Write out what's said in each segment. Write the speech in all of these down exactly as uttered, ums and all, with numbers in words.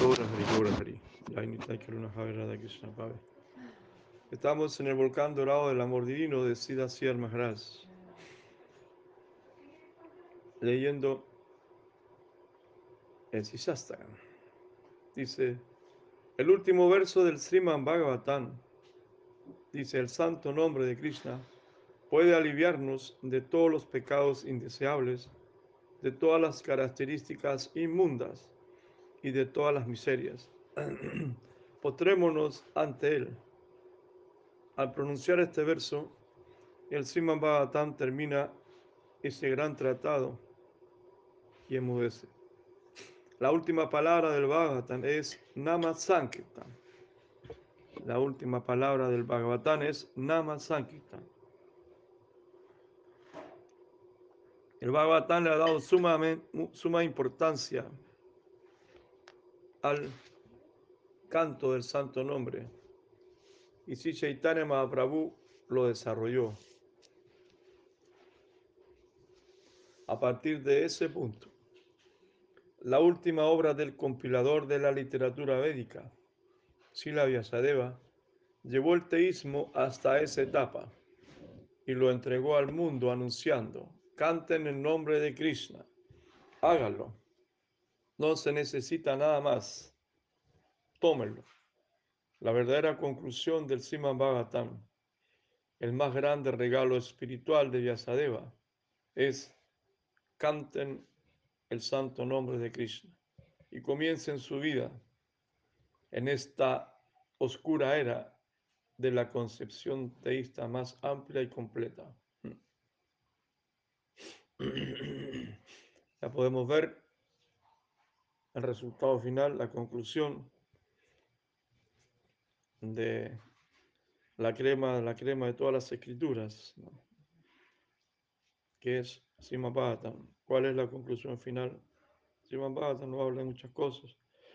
Estamos en el volcán dorado del amor divino de Siddha Siddhar Maharaj, leyendo el Sishastakam. Dice, el último verso del Srimad Bhagavatam, dice, el santo nombre de Krishna puede aliviarnos de todos los pecados indeseables, de todas las características inmundas y de todas las miserias. Postrémonos ante él. Al pronunciar este verso, el Srimad Bhagavatam termina ese gran tratado y enmudece. La última palabra del Bhagavatam es Nama Sankirtan. La última palabra del Bhagavatam es Nama Sankirtan. El Bhagavatam le ha dado suma, suma importancia al canto del santo nombre. Y si Chaitanya Mahaprabhu lo desarrolló. A partir de ese punto, la última obra del compilador de la literatura védica, Srila Vyasadeva, llevó el teísmo hasta esa etapa y lo entregó al mundo anunciando, canten el nombre de Krishna, háganlo, no se necesita nada más, tómenlo. La verdadera conclusión del Srimad Bhagavatam, el más grande regalo espiritual de Vyasadeva, es canten el santo nombre de Krishna y comiencen su vida en esta oscura era de la concepción teísta más amplia y completa. Ya podemos ver el resultado final, la conclusión de la crema, la crema de todas las escrituras, ¿no? Que es Srimad Bhagavatam. ¿Cuál es la conclusión final? Srimad Bhagavatam no habla de muchas cosas.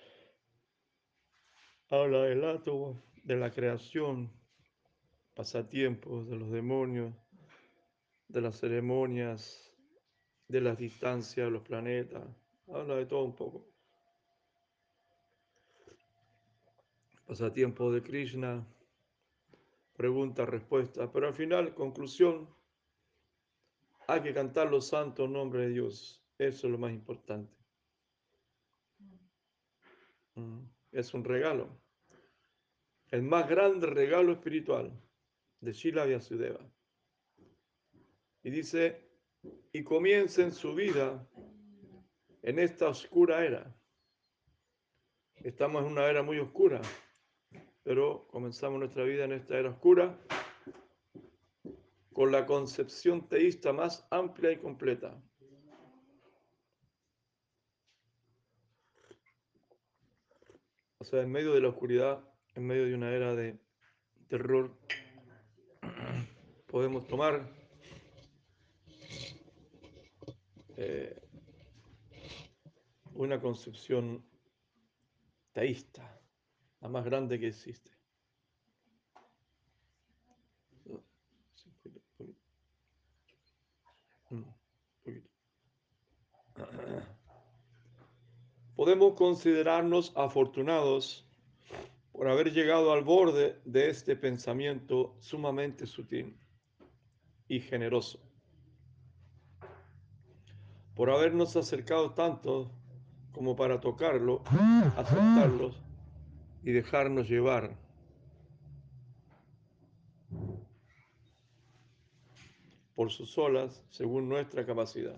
Habla del átomo, de la creación, pasatiempos, de los demonios, de las ceremonias, de las distancias de los planetas. Habla de todo un poco. Pasatiempos de Krishna, pregunta, respuesta. Pero al final, conclusión, hay que cantar los santos nombres de Dios. Eso es lo más importante. Es un regalo. El más grande regalo espiritual de Srila Vyasadeva. Y dice, y comiencen su vida en esta oscura era. Estamos en una era muy oscura, pero comenzamos nuestra vida en esta era oscura con la concepción teísta más amplia y completa. O sea, en medio de la oscuridad, en medio de una era de terror, podemos tomar eh, una concepción teísta, la más grande que existe. Podemos considerarnos afortunados por haber llegado al borde de este pensamiento sumamente sutil y generoso, por habernos acercado tanto como para tocarlo, aceptarlo y dejarnos llevar por sus olas según nuestra capacidad.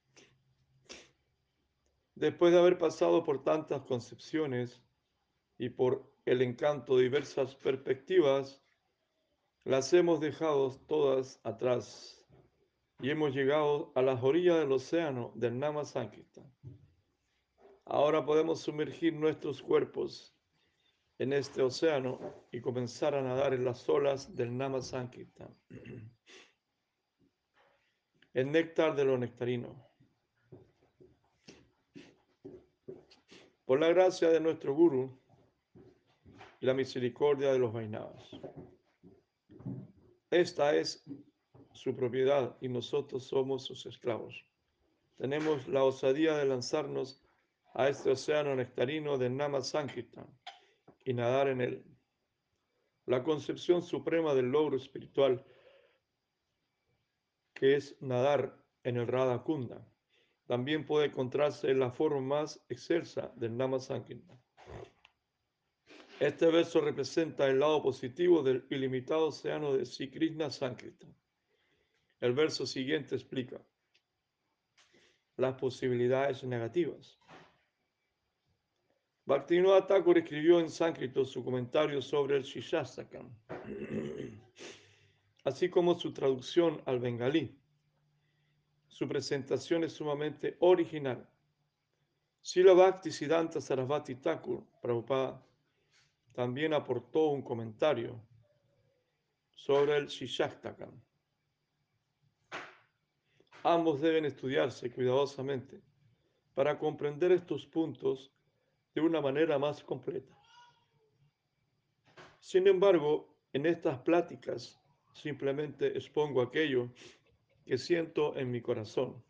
Después de haber pasado por tantas concepciones y por el encanto de diversas perspectivas, las hemos dejado todas atrás y hemos llegado a las orillas del océano del Nama Sankirtan. Ahora podemos sumergir nuestros cuerpos en este océano y comenzar a nadar en las olas del Nama Sankirtan. El néctar de lo nectarino. Por la gracia de nuestro Guru y la misericordia de los Vaishnavas. Esta es su propiedad y nosotros somos sus esclavos. Tenemos la osadía de lanzarnos a este océano nectarino del Nama Sankirtan y nadar en él. La concepción suprema del logro espiritual, que es nadar en el Radha Kunda, también puede encontrarse en la forma más excelsa del Nama Sankirtan. Este verso representa el lado positivo del ilimitado océano de Sri Krishna Sankirtan. El verso siguiente explica las posibilidades negativas. Bhaktivinoda Thakur escribió en sánscrito su comentario sobre el Shishastakam, así como su traducción al bengalí. Su presentación es sumamente original. Srila Bhaktisiddhanta Sarasvati Thakur, Prabhupada, también aportó un comentario sobre el Shishastakam. Ambos deben estudiarse cuidadosamente para comprender estos puntos de una manera más completa. Sin embargo, en estas pláticas simplemente expongo aquello que siento en mi corazón.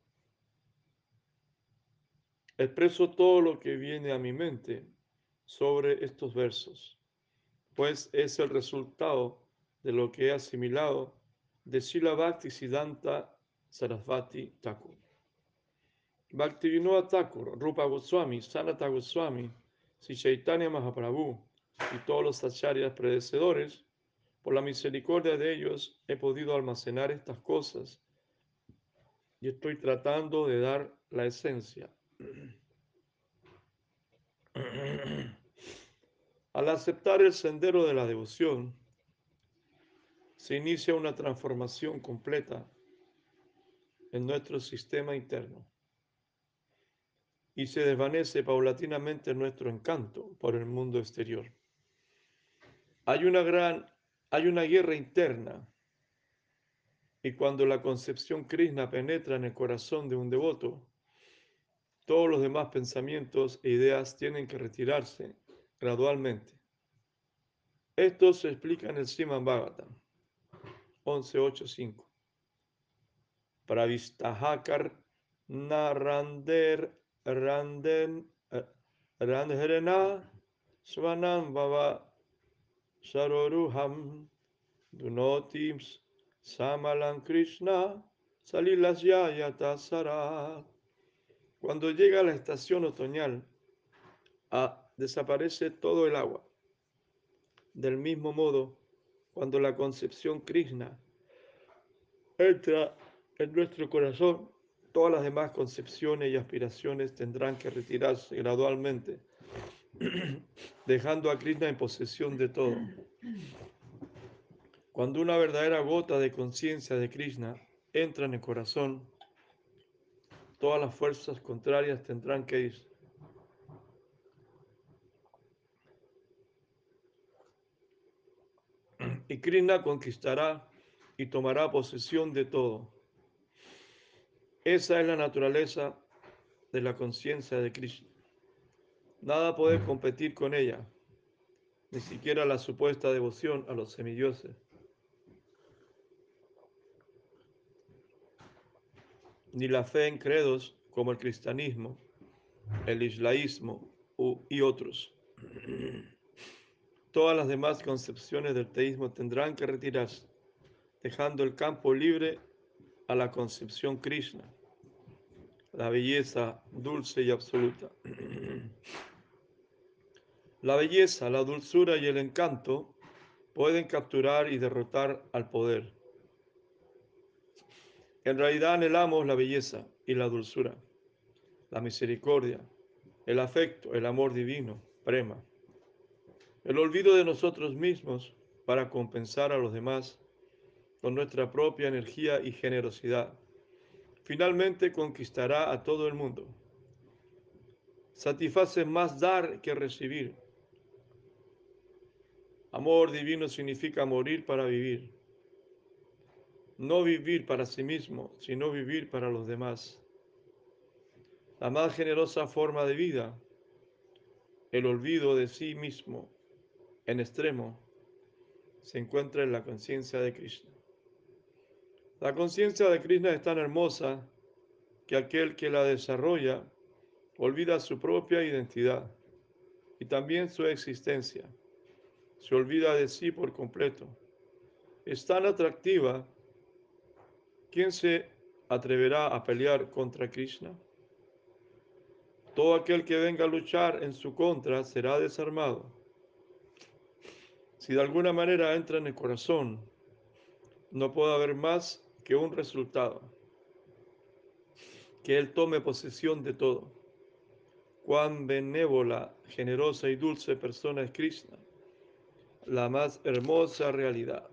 Expreso todo lo que viene a mi mente sobre estos versos, pues es el resultado de lo que he asimilado de Srila Bhaktisiddhanta Sarasvati Thakur. Bhaktivinoda Thakur, Rupa Goswami, Sanata Goswami, Sri Chaitanya Mahaprabhu y todos los acharyas predecesores, por la misericordia de ellos he podido almacenar estas cosas y estoy tratando de dar la esencia. Al aceptar el sendero de la devoción, se inicia una transformación completa en nuestro sistema interno y se desvanece paulatinamente nuestro encanto por el mundo exterior. Hay una gran, hay una guerra interna y cuando la concepción Krishna penetra en el corazón de un devoto, todos los demás pensamientos e ideas tienen que retirarse gradualmente. Esto se explica en el Srimad Bhagavatam once ocho cinco. Pravistahakar Narander Randen Randherena Svanam Baba Saroruham Dunotims Samalan Krishna Salilasya Yatasara. Cuando llega la estación otoñal, ah, desaparece todo el agua. Del mismo modo, cuando la concepción Krishna entra en nuestro corazón, todas las demás concepciones y aspiraciones tendrán que retirarse gradualmente, dejando a Krishna en posesión de todo. Cuando una verdadera gota de conciencia de Krishna entra en el corazón, todas las fuerzas contrarias tendrán que ir. Y Krishna conquistará y tomará posesión de todo. Esa es la naturaleza de la conciencia de Krishna. Nada puede competir con ella, ni siquiera la supuesta devoción a los semidioses, ni la fe en credos como el cristianismo, el islaísmo y otros. Todas las demás concepciones del teísmo tendrán que retirarse, dejando el campo libre a la concepción Krishna, la belleza dulce y absoluta. La belleza, la dulzura y el encanto pueden capturar y derrotar al poder. En realidad anhelamos la belleza y la dulzura, la misericordia, el afecto, el amor divino, prema, el olvido de nosotros mismos para compensar a los demás con nuestra propia energía y generosidad. Finalmente conquistará a todo el mundo. Satisface más dar que recibir. Amor divino significa morir para vivir. No vivir para sí mismo, sino vivir para los demás. La más generosa forma de vida, el olvido de sí mismo en extremo, se encuentra en la conciencia de Krishna. La conciencia de Krishna es tan hermosa que aquel que la desarrolla olvida su propia identidad y también su existencia. Se olvida de sí por completo. Es tan atractiva. ¿Quién se atreverá a pelear contra Krishna? Todo aquel que venga a luchar en su contra será desarmado. Si de alguna manera entra en el corazón, no puede haber más que un resultado, que él tome posesión de todo. Cuán benévola, generosa y dulce persona es Krishna, la más hermosa realidad.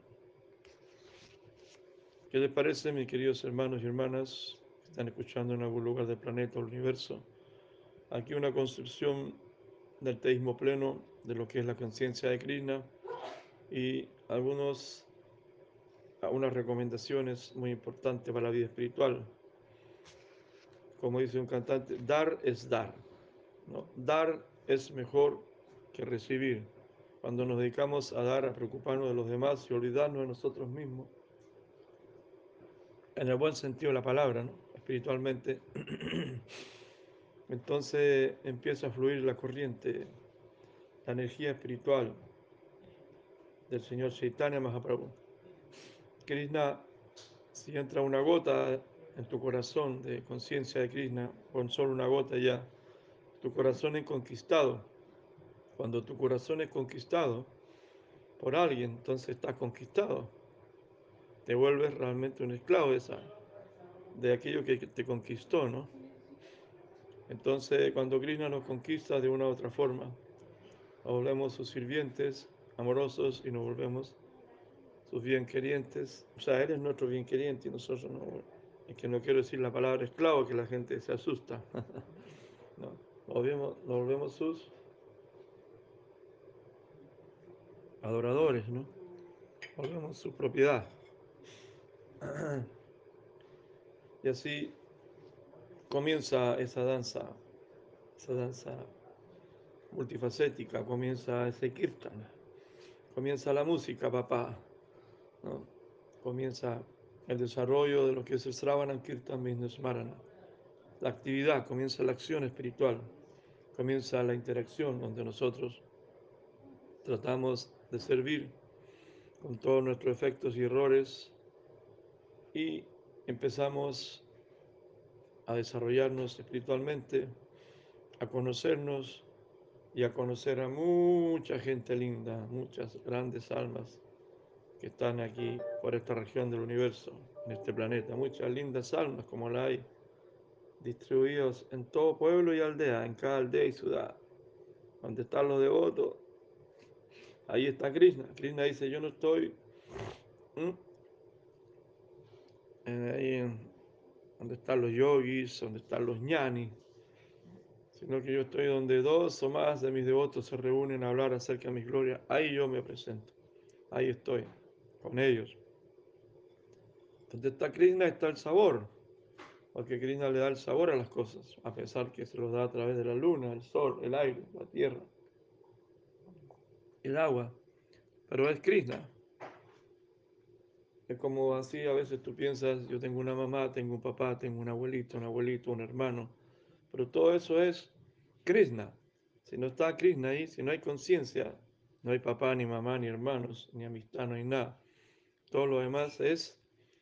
¿Qué les parece, mis queridos hermanos y hermanas que están escuchando en algún lugar del planeta o universo? Aquí una construcción del teísmo pleno, de lo que es la conciencia de Krishna y algunos, algunas recomendaciones muy importantes para la vida espiritual. Como dice un cantante, dar es dar, ¿no? Dar es mejor que recibir. Cuando nos dedicamos a dar, a preocuparnos de los demás y olvidarnos de nosotros mismos, en el buen sentido de la palabra, ¿no? Espiritualmente, entonces empieza a fluir la corriente, la energía espiritual del Señor Chaitanya Mahaprabhu. Krishna, si entra una gota en tu corazón de conciencia de Krishna, con solo una gota ya, tu corazón es conquistado. Cuando tu corazón es conquistado por alguien, entonces estás conquistado. Te vuelves realmente un esclavo de, esa, de aquello que te conquistó, ¿no? Entonces, cuando Krishna nos conquista de una u otra forma, nos volvemos sus sirvientes amorosos y nos volvemos sus bienquerientes. O sea, Él es nuestro bienqueriente y nosotros no. Es que no quiero decir la palabra esclavo, que la gente se asusta. No, nos volvemos, nos volvemos sus adoradores, ¿no? Volvemos su propiedad. Y así comienza esa danza, esa danza multifacética, comienza ese kirtan, comienza la música, papá, ¿no? Comienza el desarrollo de lo que es el Sravanam Kirtan Vindusmarana. La actividad, comienza la acción espiritual, comienza la interacción donde nosotros tratamos de servir con todos nuestros efectos y errores y empezamos a desarrollarnos espiritualmente, a conocernos y a conocer a mucha gente linda, muchas grandes almas que están aquí por esta región del universo, en este planeta, muchas lindas almas como la hay, distribuidos en todo pueblo y aldea, en cada aldea y ciudad. Donde están los devotos, ahí está Krishna. Krishna dice, yo no estoy ¿m? ahí en donde están los yogis, donde están los ñanis, sino que yo estoy donde dos o más de mis devotos se reúnen a hablar acerca de mis glorias. Ahí yo me presento, ahí estoy, con ellos. Donde está Krishna está el sabor, porque Krishna le da el sabor a las cosas, a pesar que se los da a través de la luna, el sol, el aire, la tierra, el agua, pero es Krishna. Es como así, a veces tú piensas, yo tengo una mamá, tengo un papá, tengo un abuelito, un abuelito, un hermano, pero todo eso es Krishna. Si no está Krishna ahí, si no hay conciencia, no hay papá, ni mamá, ni hermanos, ni amistad, no hay nada. Todo lo demás es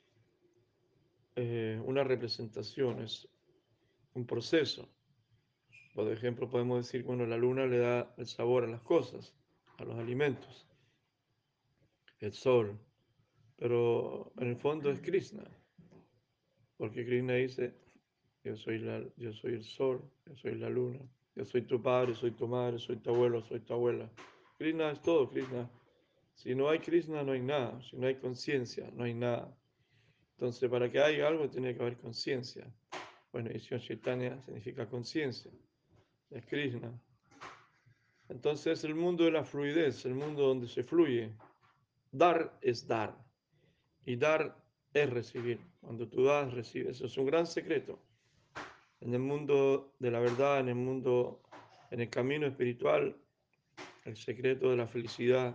eh, una representación, es un proceso. Por ejemplo, podemos decir, bueno, la luna le da el sabor a las cosas, a los alimentos, el sol, pero en el fondo es Krishna, porque Krishna dice, yo soy, la, yo soy el sol, yo soy la luna, yo soy tu padre, soy tu madre, soy tu abuelo, soy tu abuela. Krishna es todo, Krishna. Si no hay Krishna, no hay nada. Si no hay conciencia, no hay nada. Entonces, para que haya algo, tiene que haber conciencia. Bueno, y Señor Chaitanya significa conciencia. Es Krishna. Entonces, es el mundo de la fluidez, el mundo donde se fluye. Dar es dar. Y dar es recibir. Cuando tú das, recibes. Eso es un gran secreto. En el mundo de la verdad, en el mundo, en el camino espiritual, el secreto de la felicidad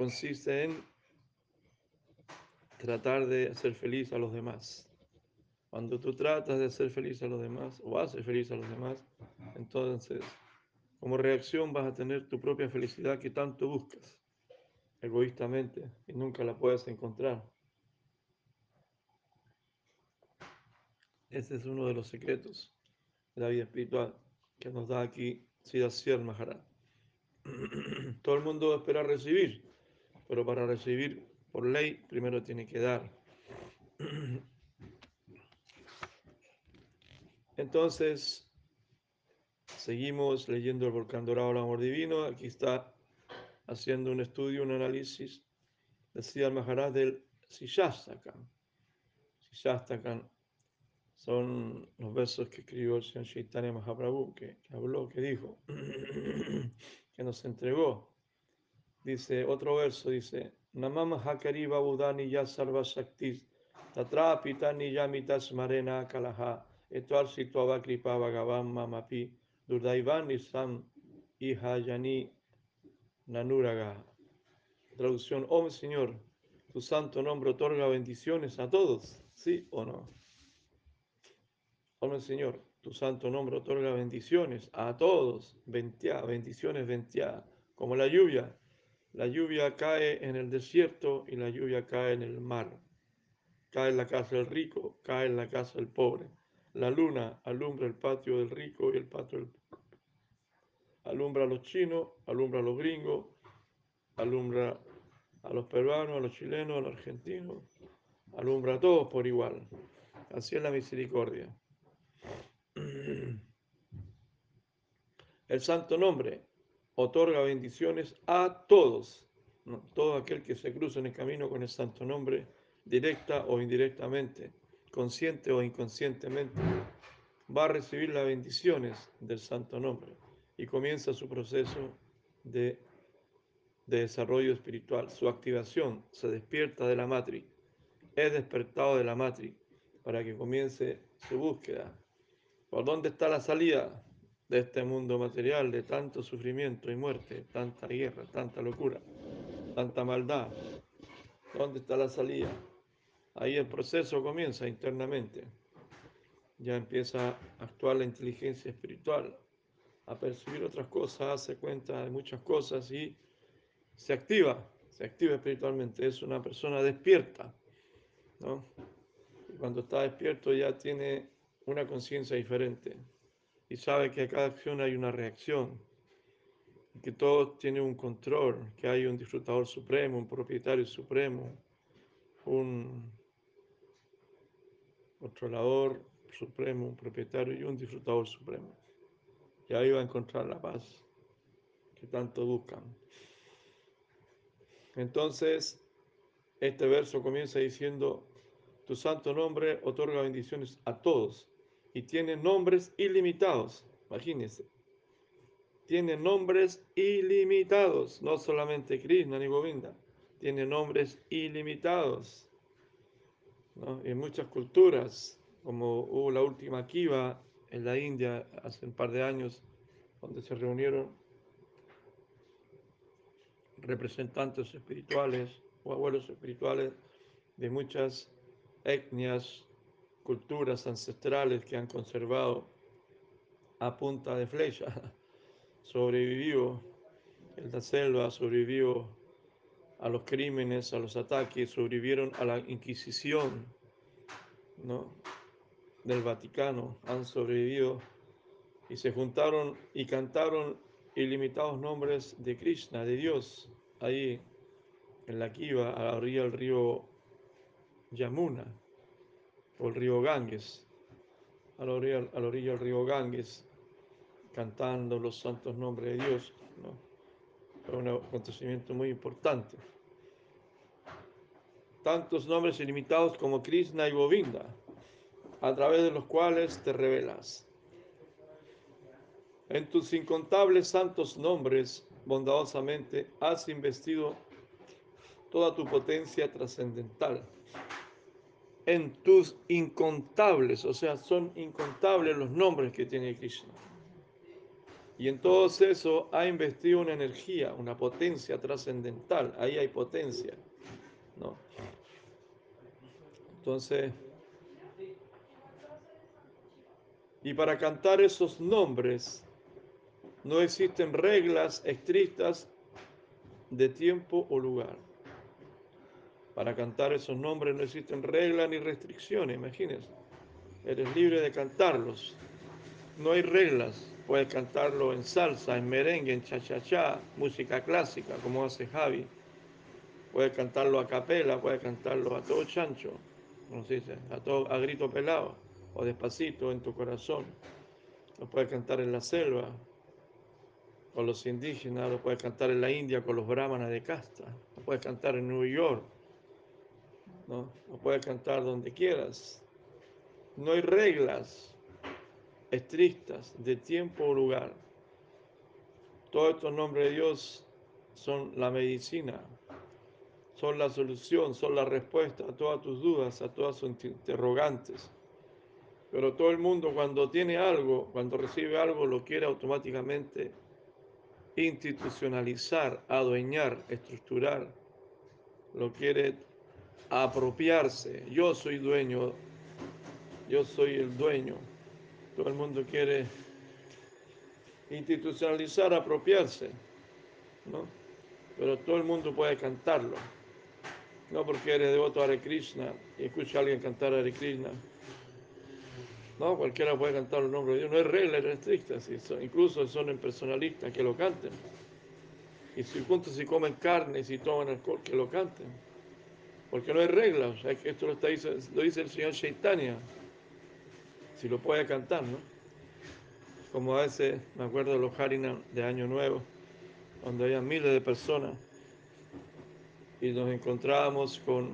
consiste en tratar de hacer feliz a los demás. Cuando tú tratas de hacer feliz a los demás o haces feliz a los demás, entonces como reacción vas a tener tu propia felicidad que tanto buscas egoístamente y nunca la puedes encontrar. Ese es uno de los secretos de la vida espiritual que nos da aquí Siddhaswami Maharaj. Todo el mundo espera recibir, pero para recibir por ley primero tiene que dar. Entonces, seguimos leyendo el Volcán Dorado del Amor Divino. Aquí está haciendo un estudio, un análisis de Siddhar Maharaj del Sishastakam. Sishastakam son los versos que escribió el señor Chaitanya Mahaprabhu, que, que habló, que dijo, que nos entregó. Dice, otro verso dice, Namama Hakari Babudani ya Sarva Shaktis, Tatra Pitani Yamitas Marena Kalaha, Etuar Situaba Kripa Bhagavan Mamapi, Durdaivani Sam Ihayani Nanuraga. Traducción, oh Señor, tu santo nombre otorga bendiciones a todos, ¿sí o no? Oh Señor, tu santo nombre otorga bendiciones a todos, bendiciones ventiá, como la lluvia. La lluvia cae en el desierto y la lluvia cae en el mar. Cae en la casa del rico, cae en la casa del pobre. La luna alumbra el patio del rico y el patio del pobre. Alumbra a los chinos, alumbra a los gringos, alumbra a los peruanos, a los chilenos, a los argentinos. Alumbra a todos por igual. Así es la misericordia. El santo nombre otorga bendiciones a todos. ¿No? Todo aquel que se cruza en el camino con el santo nombre, directa o indirectamente, consciente o inconscientemente, va a recibir las bendiciones del santo nombre y comienza su proceso de, de desarrollo espiritual, su activación, se despierta de la matrix, es despertado de la matrix para que comience su búsqueda. ¿Por dónde está la salida de este mundo material de tanto sufrimiento y muerte, tanta guerra, tanta locura, tanta maldad? ¿Dónde está la salida? Ahí el proceso comienza internamente. Ya empieza a actuar la inteligencia espiritual, a percibir otras cosas, se cuenta de muchas cosas y se activa, se activa espiritualmente. Es una persona despierta, ¿no? Y cuando está despierto ya tiene una conciencia diferente y sabe que a cada acción hay una reacción, que todo tiene un control, que hay un disfrutador supremo, un propietario supremo, un controlador supremo, un propietario y un disfrutador supremo. Y ahí va a encontrar la paz que tanto buscan. Entonces, este verso comienza diciendo, tu santo nombre otorga bendiciones a todos y tiene nombres ilimitados. Imagínense, tiene nombres ilimitados, no solamente Krishna ni Govinda, tiene nombres ilimitados, ¿no? En muchas culturas, como hubo la última Kiva en la India hace un par de años, donde se reunieron representantes espirituales o abuelos espirituales de muchas etnias, culturas ancestrales que han conservado a punta de flecha, sobrevivió en la selva, sobrevivió a los crímenes, a los ataques, sobrevivieron a la Inquisición, ¿no? Del Vaticano, han sobrevivido y se juntaron y cantaron ilimitados nombres de Krishna, de Dios, ahí en la Kiva, a la orilla del río Yamuna, o el río Ganges, a la orilla, a la orilla del río Ganges, cantando los santos nombres de Dios, ¿no? Fue un acontecimiento muy importante. Tantos nombres ilimitados como Krishna y Govinda, a través de los cuales te revelas. En tus incontables santos nombres, bondadosamente, has investido toda tu potencia trascendental. En tus incontables, o sea, son incontables los nombres que tiene Krishna. Y en todo eso ha investido una energía, una potencia trascendental. Ahí hay potencia, ¿no? Entonces, Y para cantar esos nombres no existen reglas estrictas de tiempo o lugar. Para cantar esos nombres no existen reglas ni restricciones, imagínense. Eres libre de cantarlos. No hay reglas. Puedes cantarlo en salsa, en merengue, en cha-cha-cha, música clásica, como hace Javi. Puedes cantarlo a capela, puedes cantarlo a todo chancho, como se dice, a, todo, a grito pelado, o despacito en tu corazón. Lo puedes cantar en la selva, con los indígenas, lo puedes cantar en la India con los brahmanas de casta, lo puedes cantar en New York, ¿no? Lo puedes cantar donde quieras. No hay reglas estrictas de tiempo o lugar. Todos estos nombres de Dios son la medicina, son la solución, son la respuesta a todas tus dudas, a todas tus interrogantes. Pero todo el mundo cuando tiene algo, cuando recibe algo, lo quiere automáticamente institucionalizar, adueñar, estructurar, lo quiere apropiarse. Yo soy dueño, yo soy el dueño. Todo el mundo quiere institucionalizar, apropiarse, ¿no? Pero todo el mundo puede cantarlo. No porque eres devoto a Hare Krishna y escucha a alguien cantar Hare Krishna. No, cualquiera puede cantar el nombre de Dios. No hay reglas estrictas, incluso son personalistas que lo canten. Y si juntos si comen carne y si toman alcohol, que lo canten. Porque no hay reglas. Esto lo, está, lo dice el señor Chaitanya. Si lo puede cantar, ¿no? Como a veces, me acuerdo de los Harinam de Año Nuevo, donde había miles de personas y nos encontrábamos con,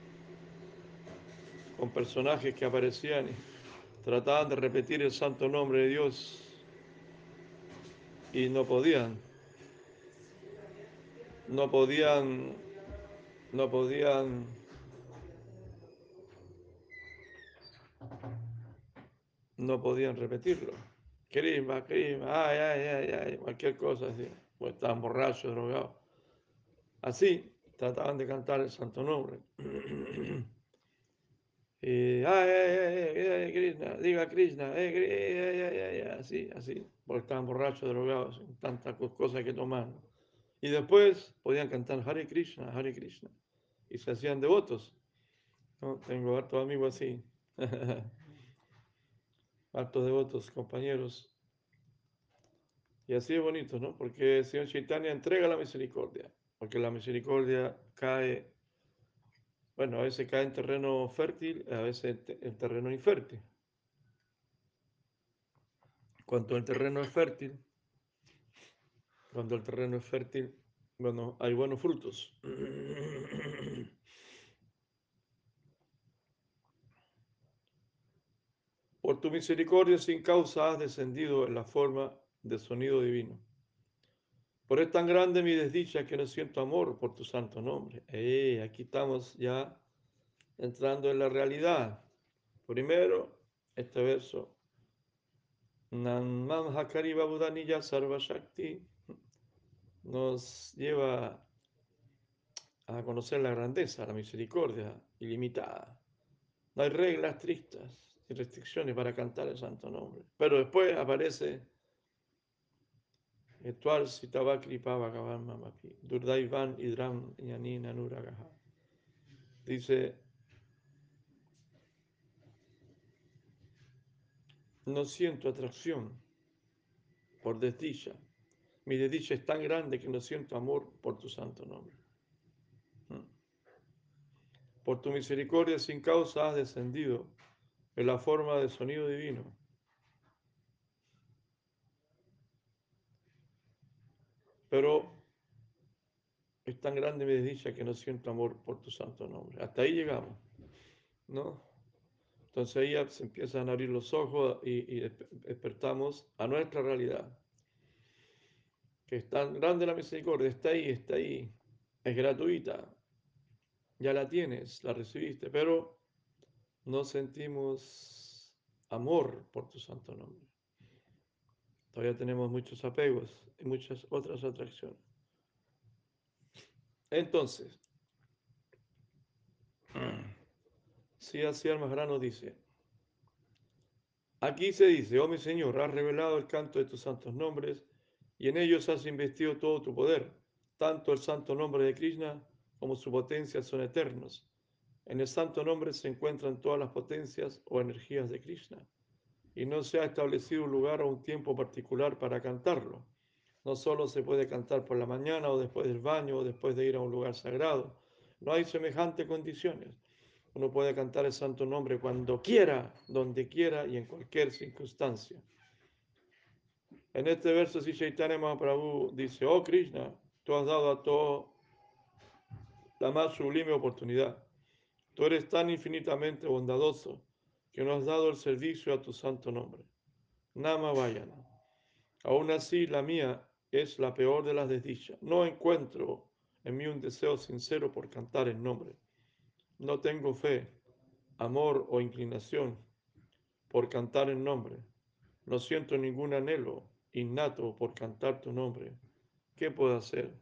con personajes que aparecían y trataban de repetir el santo nombre de Dios y no podían. No podían, no podían, no podían repetirlo. Crisma, crisma, ay, ay, ay, ay, cualquier cosa así. Pues estaban borrachos, drogados. Así trataban de cantar el santo nombre. Y, ay, ay, ay, ay, Krishna, diga Krishna, eh, ay, ay, ay, ay, así, así, porque estaban borrachos, drogados, tantas cosas que tomaban. Y después podían cantar Hare Krishna, Hare Krishna, y se hacían devotos. ¿No? Tengo hartos amigos así, hartos devotos, compañeros. Y así es bonito, ¿no? Porque el Señor Chaitanya entrega la misericordia, porque la misericordia cae, bueno, a veces cae en terreno fértil, a veces en terreno infértil. Cuando el terreno es fértil, cuando el terreno es fértil, bueno, hay buenos frutos. Por tu misericordia sin causa has descendido en la forma de sonido divino. Por es tan grande mi desdicha que no siento amor por tu santo nombre. Eh, aquí estamos ya entrando en la realidad. Primero, este verso. Nanmam Hakari Babudaniya Sarva Shakti nos lleva a conocer la grandeza, la misericordia ilimitada. No hay reglas estrictas y restricciones para cantar el santo nombre. Pero después aparece Etual Sitabakri Pavakavan Mamapi, Durdaivan Idram Yanina Nuragaha. Dice, no siento atracción por desdicha. Mi desdicha es tan grande que no siento amor por tu santo nombre. Por tu misericordia sin causa has descendido en la forma de sonido divino. Pero es tan grande mi desdicha que no siento amor por tu santo nombre. Hasta ahí llegamos, ¿no? Entonces ahí ya se empiezan a abrir los ojos y, y despertamos a nuestra realidad. Que es tan grande la misericordia, está ahí, está ahí, es gratuita, ya la tienes, la recibiste, pero no sentimos amor por tu santo nombre. Todavía tenemos muchos apegos y muchas otras atracciones. Entonces, si así Maharaj nos dice, Aquí se dice, oh mi Señor, has revelado el canto de tus santos nombres y en ellos has investido todo tu poder. Tanto el santo nombre de Krishna como su potencia son eternos. En el santo nombre se encuentran todas las potencias o energías de Krishna y no se ha establecido un lugar o un tiempo particular para cantarlo. No solo se puede cantar por la mañana o después del baño o después de ir a un lugar sagrado. No hay semejantes condiciones. Uno puede cantar el santo nombre cuando quiera, donde quiera y en cualquier circunstancia. En este verso, si Chaitanya Mahaprabhu dice, oh Krishna, tú has dado a todo la más sublime oportunidad. Tú eres tan infinitamente bondadoso que nos has dado el servicio a tu santo nombre. Nama Vayana. Aún así, la mía es la peor de las desdichas. No encuentro en mí un deseo sincero por cantar el nombre. No tengo fe, amor o inclinación por cantar el nombre. No siento ningún anhelo innato por cantar tu nombre. ¿Qué puedo hacer?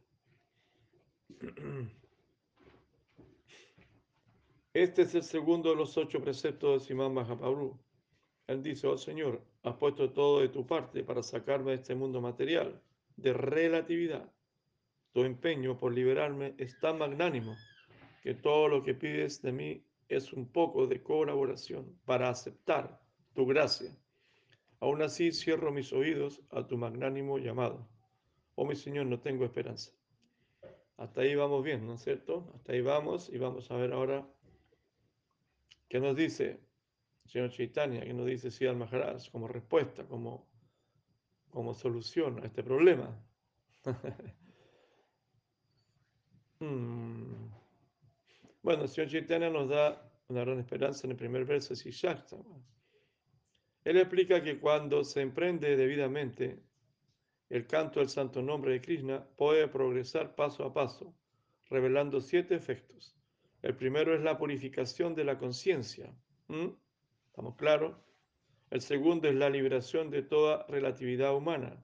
Este es el segundo de los ocho preceptos de Simán Mahaprabhu. Él dice, oh Señor, has puesto todo de tu parte para sacarme de este mundo material, de relatividad. Tu empeño por liberarme es tan magnánimo que todo lo que pides de mí es un poco de colaboración para aceptar tu gracia. Aún así cierro mis oídos a tu magnánimo llamado. Oh mi Señor, no tengo esperanza. Hasta ahí vamos bien, ¿no es cierto? Hasta ahí vamos y vamos a ver ahora qué nos dice el señor Chaitanya, qué nos dice Siddhar Maharaj como respuesta, como, como solución a este problema. hmm. Bueno, el señor Chaitanya nos da una gran esperanza en el primer verso de Shakta. Él explica que cuando se emprende debidamente el canto del santo nombre de Krishna, puede progresar paso a paso, revelando siete efectos. El primero es la purificación de la conciencia. ¿Mm? ¿Estamos claros? El segundo es la liberación de toda relatividad humana.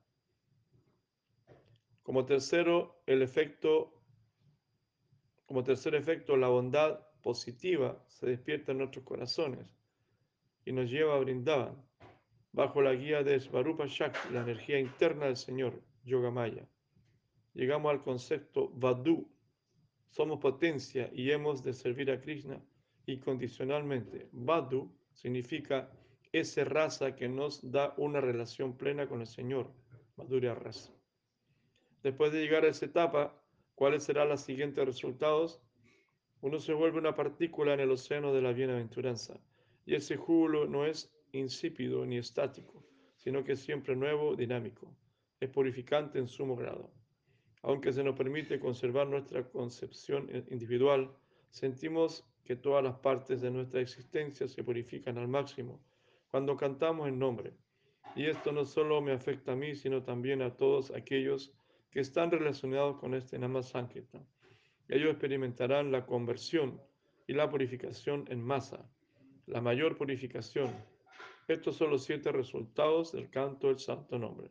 Como tercero, el efecto, como tercer efecto, la bondad positiva se despierta en nuestros corazones y nos lleva a Vrindavan, bajo la guía de Svarupa Shakti, la energía interna del Señor, Yogamaya. Llegamos al concepto Vadu, somos potencia y hemos de servir a Krishna incondicionalmente. Vadu significa esa raza que nos da una relación plena con el Señor, Madhurya Rasa. Después de llegar a esa etapa, ¿cuáles serán los siguientes resultados? Uno se vuelve una partícula en el océano de la bienaventuranza, y ese júbilo no es insípido ni estático, sino que es siempre nuevo, dinámico, es purificante en sumo grado. Aunque se nos permite conservar nuestra concepción individual, sentimos que todas las partes de nuestra existencia se purifican al máximo cuando cantamos en nombre. Y esto no solo me afecta a mí, sino también a todos aquellos que están relacionados con este Nama Sankirtan. Ellos experimentarán la conversión y la purificación en masa, la mayor purificación. Estos son los siete resultados del canto del santo nombre.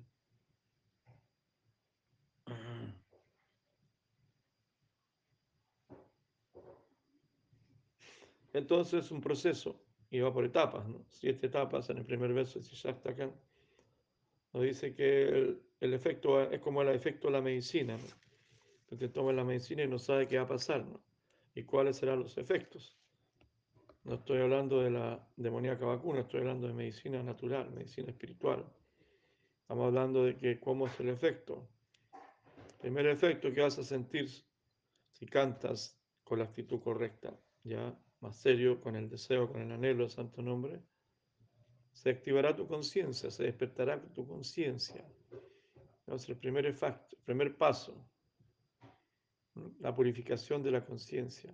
Entonces, un proceso, y va por etapas, ¿no? Siete etapas en el primer verso de Shaktakan. Nos dice que el, el efecto es como el efecto de la medicina, ¿no? Usted toma la medicina y no sabe qué va a pasar, ¿no? Y cuáles serán los efectos. No estoy hablando de la demoníaca vacuna, estoy hablando de medicina natural, medicina espiritual. Estamos hablando de que cómo es el efecto. El primer efecto que vas a sentir si cantas con la actitud correcta, ya más serio, con el deseo, con el anhelo del santo nombre, se activará tu conciencia, se despertará tu conciencia. Es el primer, efecto, el primer paso, ¿no? La purificación de la conciencia,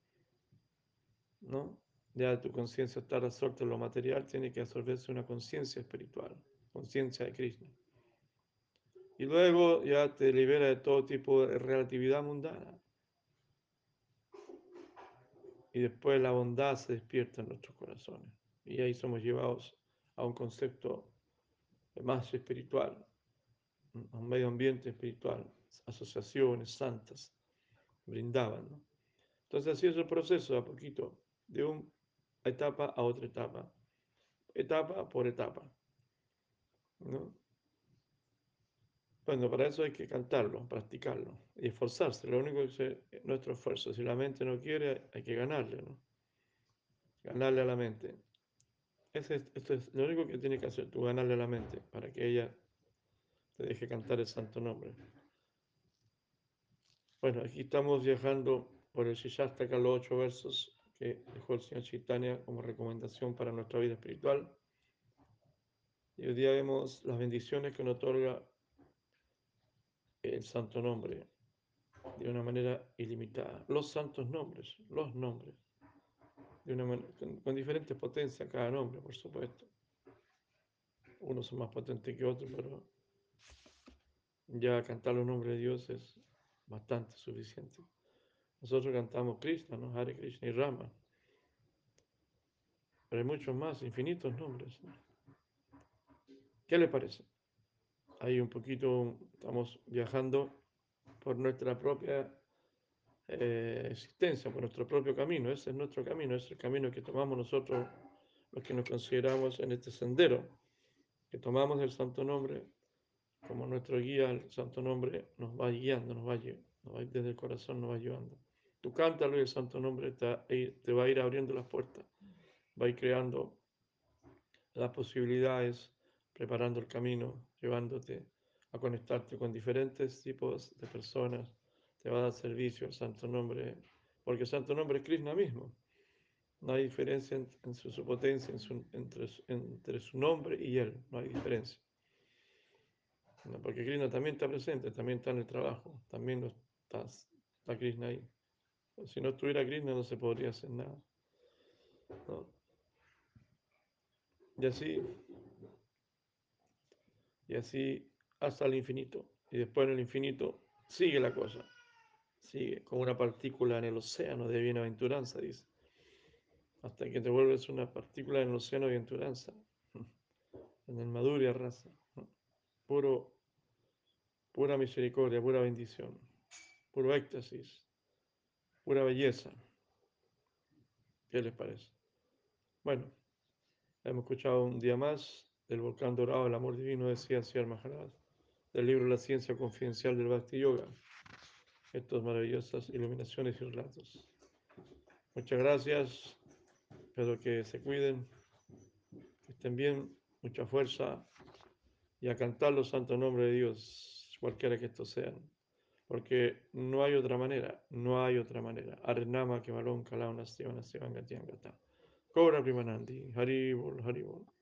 ¿no? Ya tu conciencia está absorta en lo material, tiene que absorberse una conciencia espiritual, conciencia de Krishna. Y luego ya te libera de todo tipo de relatividad mundana. Y después la bondad se despierta en nuestros corazones. Y ahí somos llevados a un concepto más espiritual, a un medio ambiente espiritual, asociaciones santas, brindaban, ¿no? Entonces así es el proceso, a poquito, de una etapa a otra etapa. etapa por etapa, ¿no? Bueno, para eso hay que cantarlo, practicarlo y esforzarse. Lo único que es nuestro esfuerzo. Si la mente no quiere, hay que ganarle, ¿no? Ganarle a la mente. Ese es, esto es lo único que tienes que hacer, tú ganarle a la mente para que ella te deje cantar el santo nombre. Bueno, aquí estamos viajando por el Shikshastaka, los ocho versos que dejó el señor Chaitanya como recomendación para nuestra vida espiritual. Y hoy día vemos las bendiciones que nos otorga el santo nombre de una manera ilimitada. Los santos nombres, los nombres, de una man- con, con diferentes potencias cada nombre, por supuesto. Unos son más potentes que otros, pero ya cantar los nombres de Dios es bastante suficiente. Nosotros cantamos Krishna, ¿no? Hare Krishna y Rama, pero hay muchos más, infinitos nombres, ¿no? ¿Qué le parece? Ahí un poquito estamos viajando por nuestra propia eh, existencia, por nuestro propio camino. Ese es nuestro camino, es el camino que tomamos nosotros, los que nos consideramos en este sendero, que tomamos el santo nombre como nuestro guía. El santo nombre nos va guiando, nos va, nos va desde el corazón, nos va ayudando. Tú cántalo y el santo nombre te, te va a ir abriendo las puertas, va a ir creando las posibilidades, preparando el camino, llevándote a conectarte con diferentes tipos de personas, te va a dar servicio el santo nombre, porque el santo nombre es Krishna mismo. No hay diferencia en, en su, su, potencia, en su, entre, entre su nombre y él, no hay diferencia. No, porque Krishna también está presente, también está en el trabajo, también no está, está Krishna ahí. Si no estuviera Krishna no se podría hacer nada, ¿no? Y así, y así hasta el infinito. Y después en el infinito sigue la cosa, sigue como una partícula en el océano de bienaventuranza, dice. Hasta que te vuelves una partícula en el océano de bienaventuranza, en el Madhurya Rasa, ¿no? Puro, pura misericordia, pura bendición, puro éxtasis, pura belleza. ¿Qué les parece? Bueno, hemos escuchado un día más del volcán dorado, el amor divino, decía Sri Maharaj, del libro La ciencia confidencial del Bhakti Yoga. Estas maravillosas iluminaciones y relatos. Muchas gracias, espero que se cuiden, que estén bien, mucha fuerza y a cantar los santos nombres de Dios, cualquiera que estos sean, porque no hay otra manera, no hay otra manera. Arenama que malón calao nación nación gatiangata. Cobra primanandi, haribol, haribol.